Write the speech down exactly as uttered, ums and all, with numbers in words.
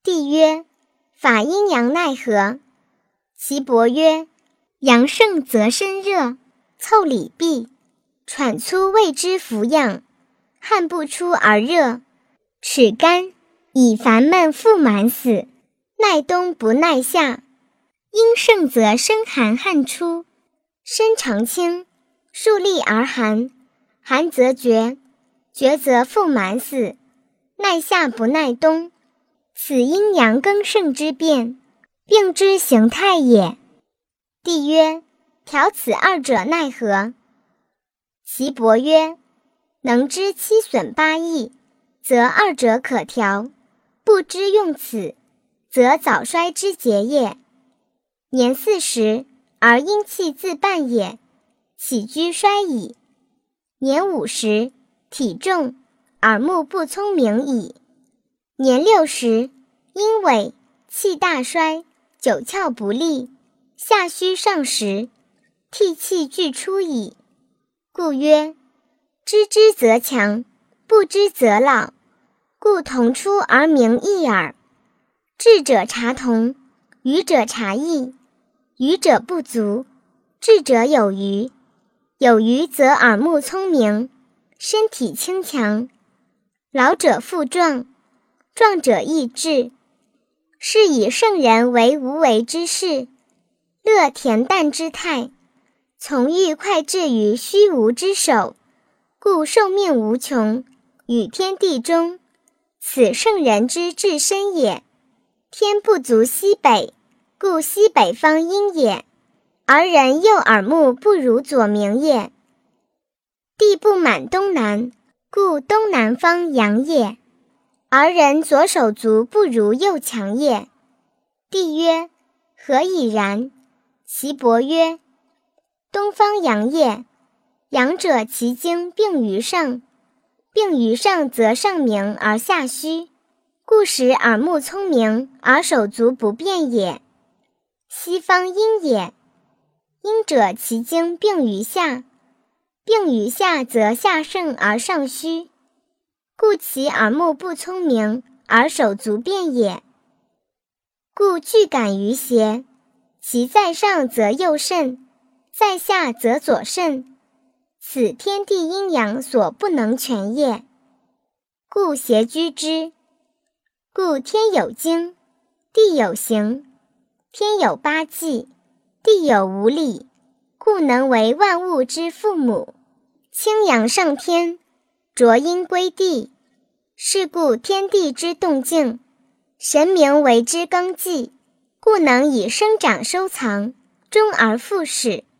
帝曰：法阴阳奈何？岐伯曰：阳盛则身热，腠理闭，喘粗谓之服养，汗不出而热，齿干，以烦闷腹满死，耐冬不耐夏。阴盛则身寒汗出，身长轻，数立而寒，寒则厥，厥则腹满死，耐夏不耐冬，此阴阳更盛之变，病之形态也。帝曰：调此二者奈何？岐伯曰：能知七损八益，则二者可调；不知用此，则早衰之节也。年四十而阴气自半也，起居衰矣；年五十，体重，耳目不聪明矣；年六十，阴痿，气大衰，九窍不利，下虚上实，涕气俱出矣。故曰：知之则强，不知则老，故同出而名异耳。智者察同，愚者察异，愚者不足，智者有余。有余则耳目聪明，身体轻强。老者复壮，壮者益智。是以圣人为无为之事，乐恬淡之态，从欲快至于虚无之手，故寿命无穷，与天地中，此圣人之至深也。天不足西北，故西北方阴也，而人右耳目不如左明也。地不满东南，故东南方阳也，而人左手足不如右强也。帝曰：何以然？岐伯曰：东方阳也，阳者其经病于上，病于上则上明而下虚，故使耳目聪明而手足不便也。西方阴也，阴者其经病于下，病于下则下盛而上虚，故其耳目不聪明而手足便也。故俱感于邪，其在上则右肾，在下则左肾，此天地阴阳所不能全也，故邪居之。故天有经，地有形，天有八纪，地有五理，故能为万物之父母。清阳上天，浊阴归地，是故天地之动静，神明为之纲纪，故能以生长收藏，终而复始。